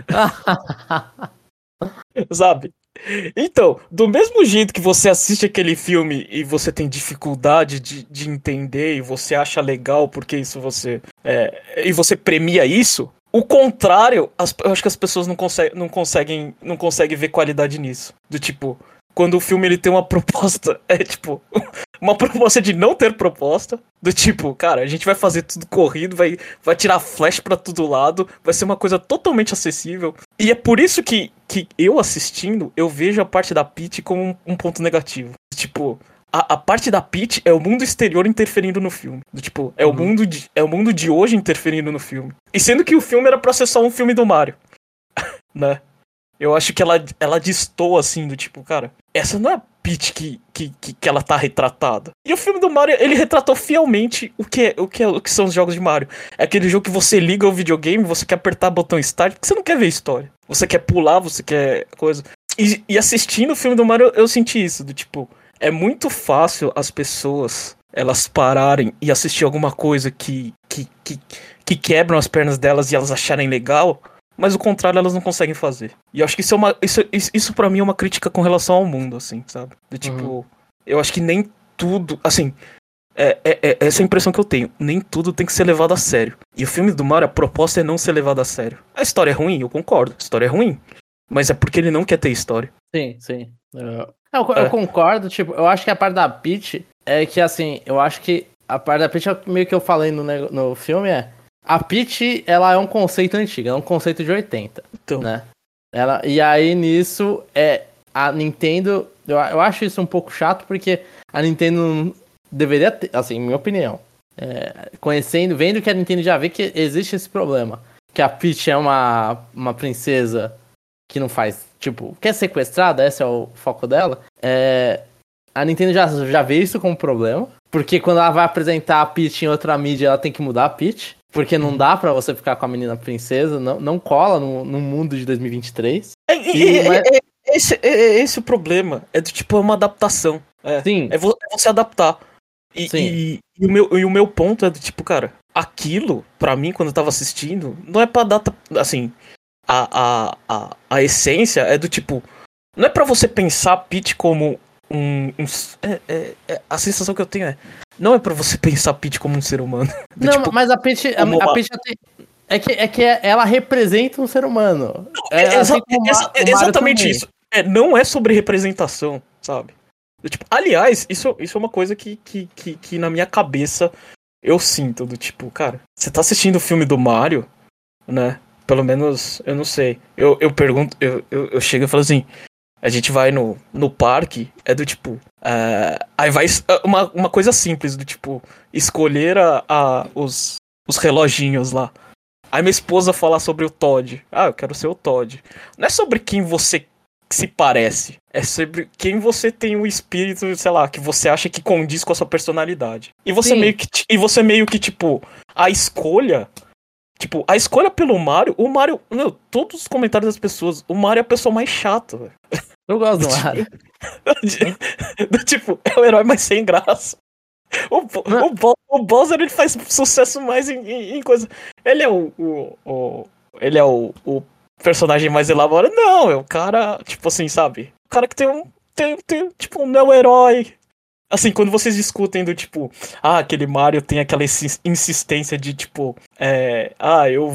Sabe? Então, do mesmo jeito que você assiste aquele filme e você tem dificuldade de entender e você acha legal porque isso e você premia isso, o contrário, eu acho que as pessoas não conseguem ver qualidade nisso. Do tipo, quando o filme ele tem uma proposta, uma proposta de não ter proposta, do tipo, cara, a gente vai fazer tudo corrido, vai tirar flash pra todo lado, vai ser uma coisa totalmente acessível. E é por isso que eu assistindo, eu vejo a parte da Peach como um ponto negativo. Tipo, a parte da Peach é o mundo exterior interferindo no filme. Do tipo, é o mundo de hoje interferindo no filme. E sendo que o filme era pra ser só um filme do Mario. Né? Eu acho que ela destoa assim, do tipo, cara, essa não é a Peach que ela tá retratada. E o filme do Mario, ele retratou fielmente o que são os jogos de Mario. É aquele jogo que você liga o videogame, você quer apertar o botão Start, porque você não quer ver história. Você quer pular, você quer coisa. E assistindo o filme do Mario, eu senti isso, do tipo, é muito fácil as pessoas, elas pararem e assistir alguma coisa que quebram as pernas delas e elas acharem legal, mas o contrário elas não conseguem fazer. E eu acho que isso pra mim é uma crítica com relação ao mundo, assim, sabe? Do tipo, eu acho que nem tudo, assim, essa é a impressão que eu tenho. Nem tudo tem que ser levado a sério. E o filme do Mario, a proposta é não ser levado a sério. A história é ruim, eu concordo, a história é ruim. Mas é porque ele não quer ter história. Sim. Eu concordo, tipo, eu acho que a parte da Peach é que, assim, eu acho que a parte da Peach, meio que eu falei no filme, a Peach, ela é um conceito antigo, é um conceito de 80, então, né? E aí, nisso, a Nintendo, eu acho isso um pouco chato, porque a Nintendo deveria ter, assim, minha opinião, vendo que a Nintendo já vê que existe esse problema, que a Peach é uma princesa que não faz, tipo, quer ser sequestrada, esse é o foco dela, a Nintendo já vê isso como problema, porque quando ela vai apresentar a Peach em outra mídia, ela tem que mudar a Peach, porque não dá pra você ficar com a menina princesa, não cola no mundo de 2023. Esse é o problema, é do tipo, é uma adaptação. Sim. É você adaptar. E o meu ponto é do tipo, cara, aquilo, pra mim, quando eu tava assistindo, não é pra dar, assim, a essência é do tipo, não é pra você pensar a Peach como a sensação que eu tenho não é pra você pensar a Peach como um ser humano. Não, tipo, mas a Peach é que ela representa um ser humano. Exatamente isso. Não é sobre representação, sabe? Tipo, aliás, isso é uma coisa que na minha cabeça eu sinto, do tipo, cara, você tá assistindo o filme do Mario, né? Pelo menos, eu não sei. Eu pergunto, eu chego e falo assim, a gente vai no parque, é do tipo, aí vai uma coisa simples, do tipo, escolher os reloginhos lá. Aí minha esposa fala sobre o Todd. Eu quero ser o Todd. Não é sobre quem você se parece, é sobre quem você tem o espírito, sei lá, que você acha que condiz com a sua personalidade. E você meio que, tipo, a escolha pelo Mario, todos os comentários das pessoas, o Mario é a pessoa mais chata, velho. Eu gosto do Mario. Tipo, é o herói mais sem graça. O Bowser, ele faz sucesso mais em coisa. Ele é ele é o personagem mais elaborado. Não, é o cara, tipo assim, sabe? O cara que tem tipo, não é o herói. Assim, quando vocês discutem do tipo, aquele Mario tem aquela insistência de tipo, eu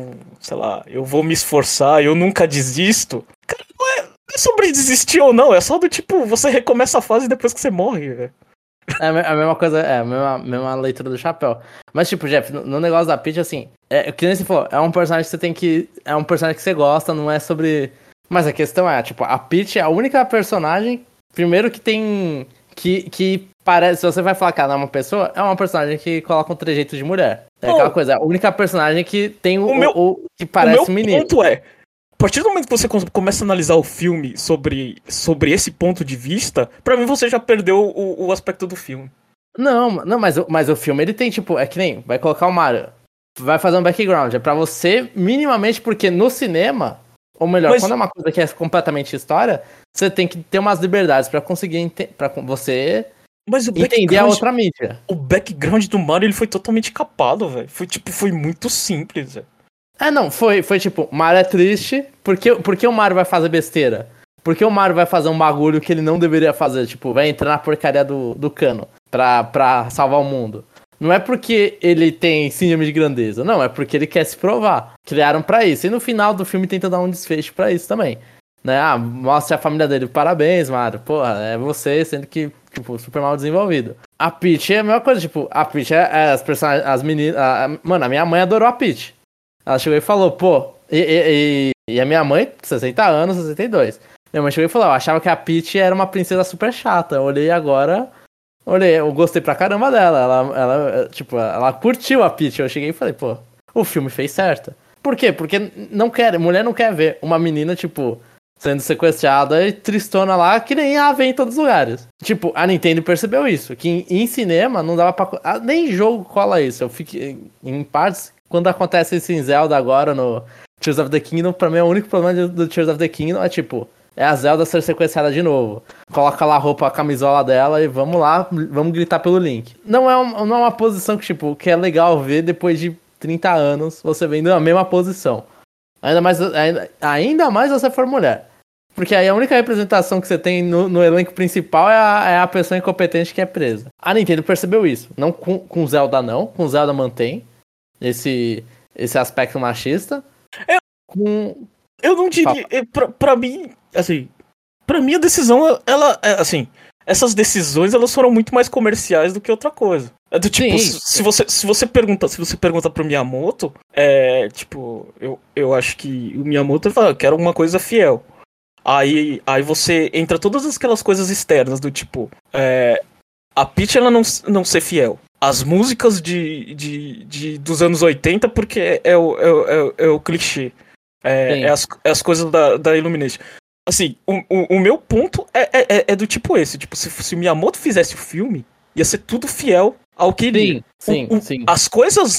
vou me esforçar, eu nunca desisto. Cara, não é sobre desistir ou não, é só do tipo, você recomeça a fase depois que você morre, velho. É a mesma coisa, a mesma leitura do chapéu. Mas, tipo, Jeff, no negócio da Peach, assim, que nem você falou, é um personagem que você tem que. É um personagem que você gosta, não é sobre. Mas a questão tipo, a Peach é a única personagem, primeiro, que tem. Que parece. Se você vai falar que ela é uma pessoa, é uma personagem que coloca um trejeito de mulher. É aquela coisa, é a única personagem que tem que parece um menino. O meu ponto a partir do momento que você começa a analisar o filme sobre esse ponto de vista, pra mim você já perdeu o aspecto do filme. Não, mas o filme ele tem, tipo, é que nem, vai colocar o Mario, vai fazer um background, é pra você minimamente, porque no cinema, ou melhor, quando é uma coisa que é completamente história, você tem que ter umas liberdades pra conseguir, pra você entender a outra mídia. O background do Mario, ele foi totalmente capado, velho. Foi muito simples, velho. Não, foi tipo, Mario é triste, porque o Mario vai fazer besteira? Porque o Mario vai fazer um bagulho que ele não deveria fazer, tipo, vai entrar na porcaria do cano pra salvar o mundo. Não é porque ele tem síndrome de grandeza, não, é porque ele quer se provar. Criaram pra isso, e no final do filme tenta dar um desfecho pra isso também. Né? Mostra a família dele, parabéns, Mario, porra, é você, sendo que, tipo, super mal desenvolvido. A Peach é a mesma coisa, tipo, a Peach as personagens, as meninas, mano, a minha mãe adorou a Peach. Ela chegou e falou, pô, e a minha mãe, 60 anos, 62. Minha mãe chegou e falou, eu achava que a Peach era uma princesa super chata. Eu olhei agora, eu gostei pra caramba dela. Ela curtiu a Peach. Eu cheguei e falei, pô, o filme fez certo. Por quê? Porque mulher não quer ver uma menina, tipo, sendo sequestrada e tristona lá, que nem a vê em todos os lugares. Tipo, a Nintendo percebeu isso, que em cinema não dava pra... nem jogo cola isso. Eu fico em partes, quando acontece isso em Zelda agora no Tears of the Kingdom, pra mim o único problema do Tears of the Kingdom é tipo, é a Zelda ser sequestrada de novo. Coloca lá a roupa, a camisola dela e vamos lá, vamos gritar pelo Link. Não é uma posição que, tipo, que é legal ver depois de 30 anos você vendo a mesma posição. Ainda mais se você for mulher. Porque aí a única representação que você tem no elenco principal é a pessoa incompetente que é presa. A Nintendo percebeu isso. Não com Zelda não. Com Zelda mantém esse aspecto machista. Eu não diria... Pra mim, assim... Pra mim a decisão, ela... assim... Essas decisões, elas foram muito mais comerciais do que outra coisa. É do tipo, se você pergunta pro Miyamoto, tipo, eu acho que o Miyamoto fala, eu quero uma coisa fiel. Aí você entra todas aquelas coisas externas, do tipo, a Peach ela não ser fiel. As músicas dos anos 80, porque é o clichê. As coisas da Illumination. Assim, o meu ponto é do tipo esse. Tipo, se o Miyamoto fizesse o filme, ia ser tudo fiel ao que ele... Sim. As coisas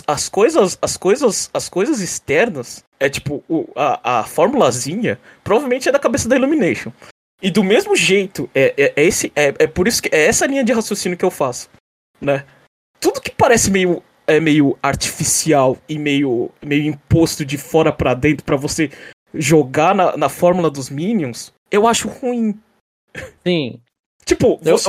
externas, tipo, a formulazinha, provavelmente é da cabeça da Illumination. E do mesmo jeito, por isso que é essa linha de raciocínio que eu faço, né? Tudo que parece meio artificial e meio imposto de fora pra dentro pra você jogar na fórmula dos Minions, eu acho ruim. Sim. Tipo, você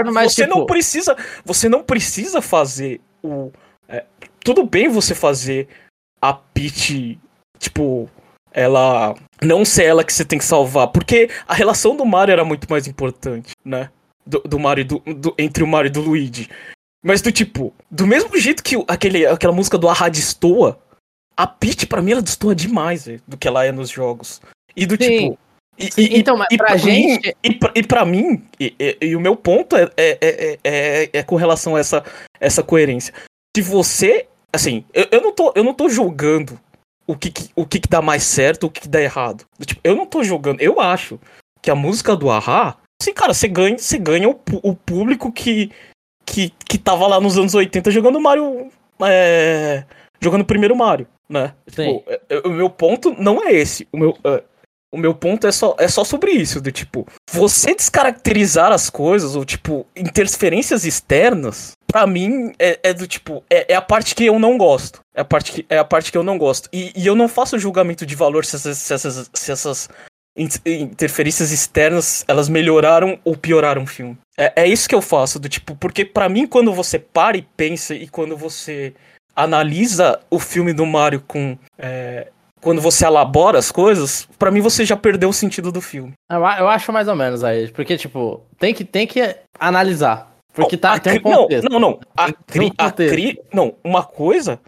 não precisa fazer o... tudo bem você fazer a Peach, tipo, ela... Não ser ela que você tem que salvar, porque a relação do Mario era muito mais importante, né? Do Mario, entre o Mario e do Luigi. Mas do mesmo jeito que aquela música do A-Ha destoa, a Peach, pra mim, ela destoa demais, véio, do que ela é nos jogos. E do Sim. tipo... Então, pra gente... Pra mim, o meu ponto é com relação a essa coerência. Se você... Assim, eu não tô julgando o que dá mais certo, o que dá errado. Tipo, eu não tô julgando. Eu acho que a música do A-Ha... Assim, cara, você ganha o público que tava lá nos anos 80 jogando Mario... jogando o primeiro Mario, né? Tipo, o meu ponto não é esse. O meu ponto é só sobre isso, do tipo, você descaracterizar as coisas, ou tipo, interferências externas, pra mim, do tipo, é a parte que eu não gosto. É a parte que eu não gosto. E eu não faço julgamento de valor se essas interferências externas, elas melhoraram ou pioraram o filme. É isso que eu faço, do tipo, porque pra mim, quando você para e pensa, e quando você analisa o filme do Mario quando você elabora as coisas, pra mim você já perdeu o sentido do filme. Eu acho mais ou menos aí, porque, tipo, tem que analisar. Porque tem um contexto. Não, uma coisa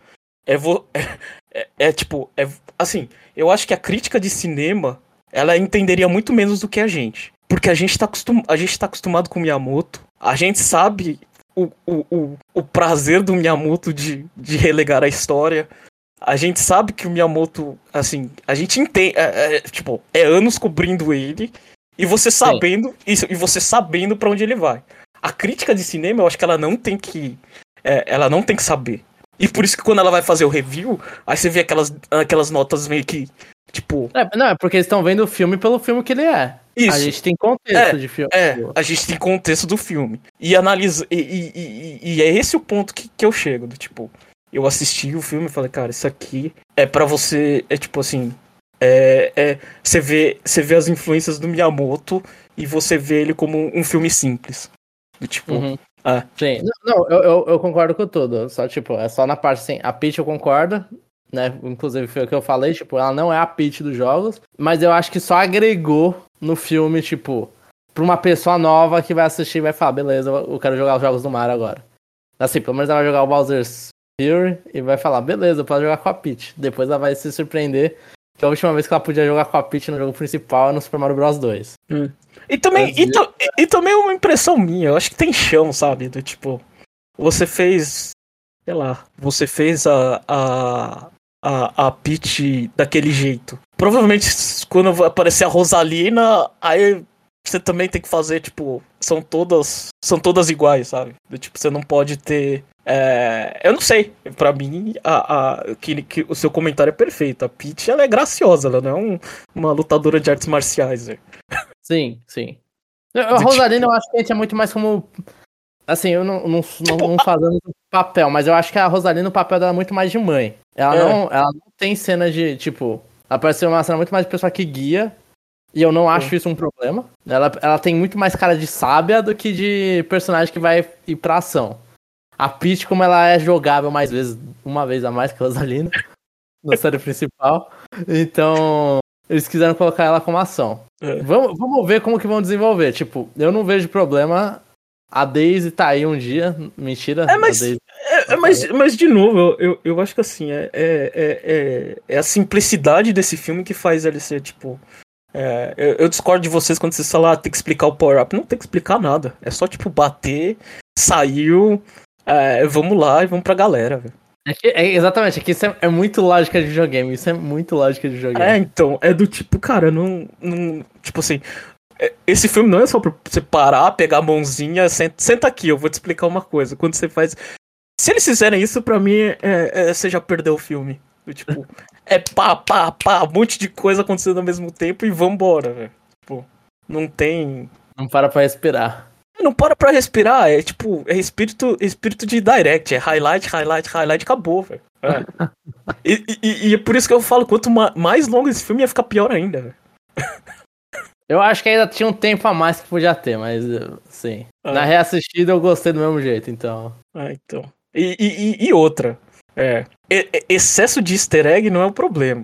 assim, eu acho que a crítica de cinema, ela entenderia muito menos do que a gente. Porque a gente tá acostumado com o Miyamoto, a gente sabe o prazer do Miyamoto de relegar a história. A gente sabe que o Miyamoto, assim, a gente entende, é anos cobrindo ele, e você sabendo isso, e você sabendo pra onde ele vai. A crítica de cinema, eu acho que ela não tem que saber. E por isso que quando ela vai fazer o review, aí você vê aquelas notas meio que, tipo... Não, é porque eles estão vendo o filme pelo filme que ele é. Isso. A gente tem contexto de filme. A gente tem contexto do filme. E analisa. E é esse o ponto que eu chego, do tipo... Eu assisti o filme e falei, cara, isso aqui é pra você... É tipo assim... Você vê as influências do Miyamoto e você vê ele como um filme simples. Do tipo... Sim. Não, eu concordo com tudo. Só, tipo, é só na parte assim... A Peach eu concordo, né? Inclusive foi o que eu falei, tipo... Ela não é a Peach dos jogos. Mas eu acho que só agregou no filme, tipo... Pra uma pessoa nova que vai assistir e vai falar... Beleza, eu quero jogar os jogos do Mario agora. Assim, pelo menos ela vai jogar o Bowser's Fury e vai falar, beleza, eu posso jogar com a Peach. Depois ela vai se surpreender que a última vez que ela podia jogar com a Peach no jogo principal é no Super Mario Bros 2. E também é uma impressão minha, eu acho que tem chão, sabe? Do tipo, você fez, sei lá, você fez a Peach daquele jeito. Provavelmente quando aparecer a Rosalina, aí você também tem que fazer, tipo, são todas iguais, sabe? Tipo, você não pode ter... eu não sei, pra mim, que o seu comentário é perfeito. A Peach, ela é graciosa, ela não é uma lutadora de artes marciais, velho. Sim, sim. A Rosalina, eu acho que a gente é muito mais como... Assim, eu não fazendo papel, mas eu acho que a Rosalina, o papel dela é muito mais de mãe. Ela não tem cena de, tipo... Ela parece ser uma cena muito mais de pessoa que guia, e eu não acho isso um problema. Ela tem muito mais cara de sábia do que de personagem que vai ir pra ação. A Peach, como ela é jogável uma vez a mais que a Rosalina, na série principal, então eles quiseram colocar ela como ação. Vamos ver como que vão desenvolver. Tipo, eu não vejo problema. A Daisy tá aí um dia. Mentira. Mas de novo, eu acho que assim, é a simplicidade desse filme que faz ele ser, tipo... eu discordo de vocês quando vocês falam, tem que explicar o power-up. Não tem que explicar nada. É só, tipo, bater, saiu, vamos lá e vamos pra galera, velho. Exatamente, aqui isso é muito lógica de videogame. Isso é muito lógica de videogame. Então, é do tipo, cara, não tipo assim... Esse filme não é só pra você parar, pegar a mãozinha, senta aqui, eu vou te explicar uma coisa. Quando você faz... Se eles fizerem isso, pra mim, você já perdeu o filme. Tipo, pá, um monte de coisa acontecendo ao mesmo tempo e vambora, velho. Tipo, não tem... Não para pra respirar. Não para pra respirar, tipo, é espírito de direct, é highlight, acabou, velho. E é por isso que eu falo, quanto mais longo esse filme ia ficar pior ainda, velho. Eu acho que ainda tinha um tempo a mais que podia ter, mas sim. Na reassistida eu gostei do mesmo jeito, então. Então. E outra. Excesso de easter egg não é o problema.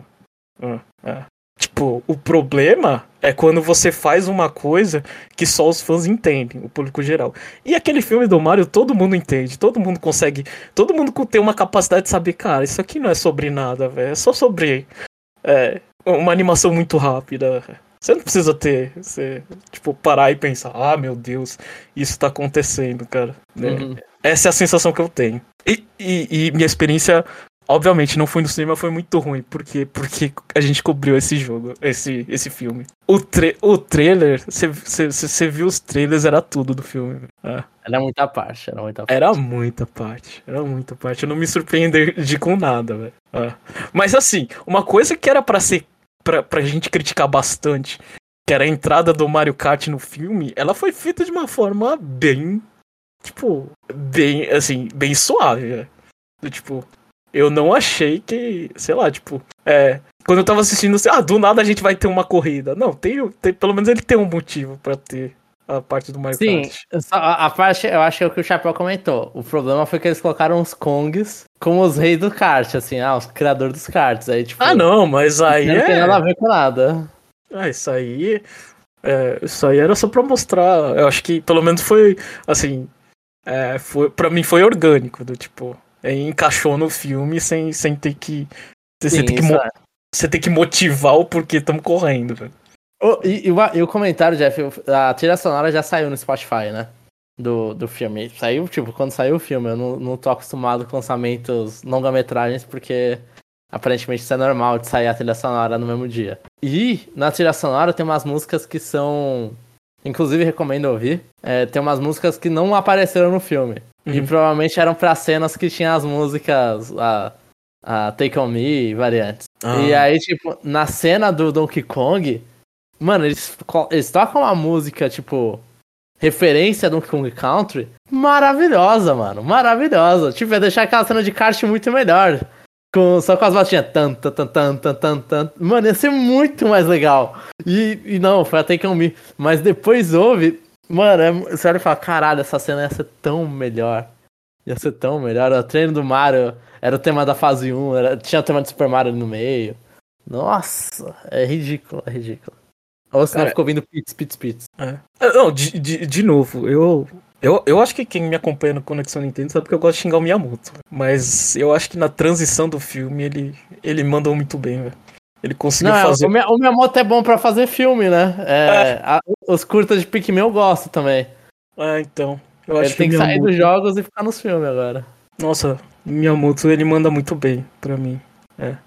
Tipo, o problema é quando você faz uma coisa que só os fãs entendem, o público geral. E aquele filme do Mario, todo mundo entende, todo mundo consegue. Todo mundo tem uma capacidade de saber, cara, isso aqui não é sobre nada, velho. É só sobre uma animação muito rápida. Você não precisa tipo, parar e pensar, meu Deus, isso tá acontecendo, cara. Essa é a sensação que eu tenho. E minha experiência, obviamente, não foi no cinema, foi muito ruim, porque a gente cobriu esse jogo, esse filme. O trailer, você viu os trailers, era tudo do filme. Era muita parte. Era muita parte. Eu não me surpreendi com nada, velho. Mas assim, uma coisa que era pra ser pra gente criticar bastante, que era a entrada do Mario Kart no filme, ela foi feita de uma forma bem, tipo, bem suave, né? Tipo, eu não achei que, sei lá, tipo, quando eu tava assistindo, assim, do nada a gente vai ter uma corrida. Não, tem pelo menos ele tem um motivo pra ter a parte do Mario Kart. Sim, a parte, eu acho que é o que o Chapéu comentou. O problema foi que eles colocaram os Kongs como os reis do kart, assim, os criadores dos karts. Aí, tipo, não, mas aí não tem nada a ver com nada. Isso aí era só pra mostrar. Eu acho que pelo menos foi, assim, pra mim foi orgânico, do tipo, encaixou no filme sem ter que... Você tem que motivar o porquê estamos correndo, velho. E o comentário, Jeff, a trilha sonora já saiu no Spotify, né? Do filme. Saiu, tipo, quando saiu o filme. Eu não tô acostumado com lançamentos longa-metragens, porque aparentemente isso é normal de sair a trilha sonora no mesmo dia. E na trilha sonora tem umas músicas que são... Inclusive, recomendo ouvir. Tem umas músicas que não apareceram no filme. E provavelmente eram pra cenas que tinham as músicas... A Take On Me e variantes. E aí, tipo, na cena do Donkey Kong... Mano, eles tocam uma música, tipo, referência a Donkey Kong Country, maravilhosa, mano, maravilhosa. Tipo, ia deixar aquela cena de kart muito melhor. Só com as batinhas. Mano, ia ser muito mais legal. E não, foi a Take On Me. Mas depois houve... Mano, você olha e fala, caralho, essa cena ia ser tão melhor. Ia ser tão melhor. O treino do Mario era o tema da fase 1, tinha o tema do Super Mario ali no meio. Nossa, é ridículo. Ou você não ficou ouvindo Pits. Não, de novo, eu acho que quem me acompanha no Conexão Nintendo sabe que eu gosto de xingar o Miyamoto. Mas eu acho que na transição do filme ele mandou muito bem, velho. Ele conseguiu fazer... O Miyamoto é bom pra fazer filme, né? Os curtas de Pikmin eu gosto também. Então. Eu acho ele tem que sair dos jogos e ficar nos filmes agora. Nossa, o Miyamoto ele manda muito bem pra mim.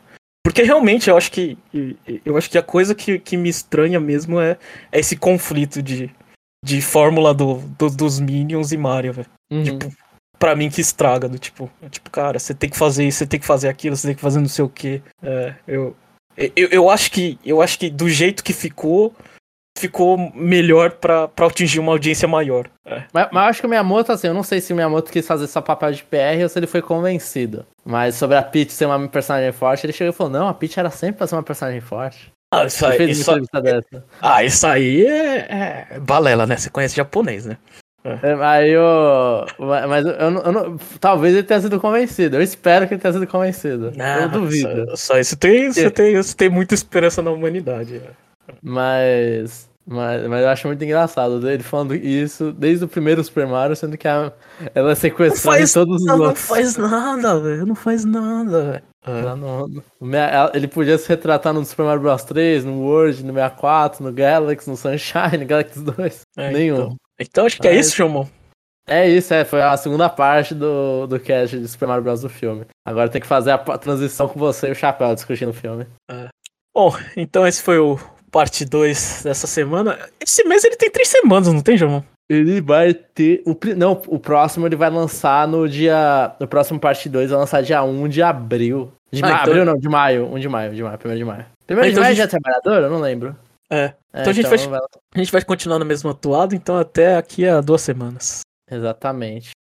Porque realmente eu acho que a coisa que me estranha mesmo é esse conflito de fórmula dos Minions e Mario, velho. Tipo, pra mim que estraga, tipo, cara, você tem que fazer isso, você tem que fazer aquilo, você tem que fazer não sei o quê. Eu acho que do jeito que ficou melhor pra atingir uma audiência maior. Mas eu acho que o Miyamoto, assim, eu não sei se o Miyamoto quis fazer só papel de PR ou se ele foi convencido. Mas sobre a Peach ser uma personagem forte, ele chegou e falou, não, a Peach era sempre pra ser uma personagem forte. Isso Ele aí, fez uma entrevista dessa. isso aí é balela, né? Você conhece japonês, né? Aí mas eu não, talvez ele tenha sido convencido. Eu espero que ele tenha sido convencido. Eu duvido. Só isso tem muita esperança na humanidade. Mas eu acho muito engraçado ele falando isso desde o primeiro Super Mario, sendo que ela é sequestrada em todos os outros. Não faz nada, velho. Não faz nada, velho. Ele podia se retratar no Super Mario Bros 3, no World, no 64, no Galaxy, no Sunshine, no Galaxy 2. Nenhum. Então acho que é isso, Chamon. É isso, foi a segunda parte do cast de Super Mario Bros do filme. Agora tem que fazer a transição com você e o Chapéu discutindo o filme. Bom, então esse foi o parte 2 dessa semana. Esse mês ele tem 3 semanas, não tem, Chamon? Ele vai ter. Não, o próximo ele vai lançar no dia. No próximo parte 2 vai lançar dia 1 de abril. Abril não, de maio. 1 de maio, 1º de maio. 1º de maio já é trabalhador? Eu não lembro. Então a gente vai continuar na mesma toada, então até aqui a 2 semanas. Exatamente.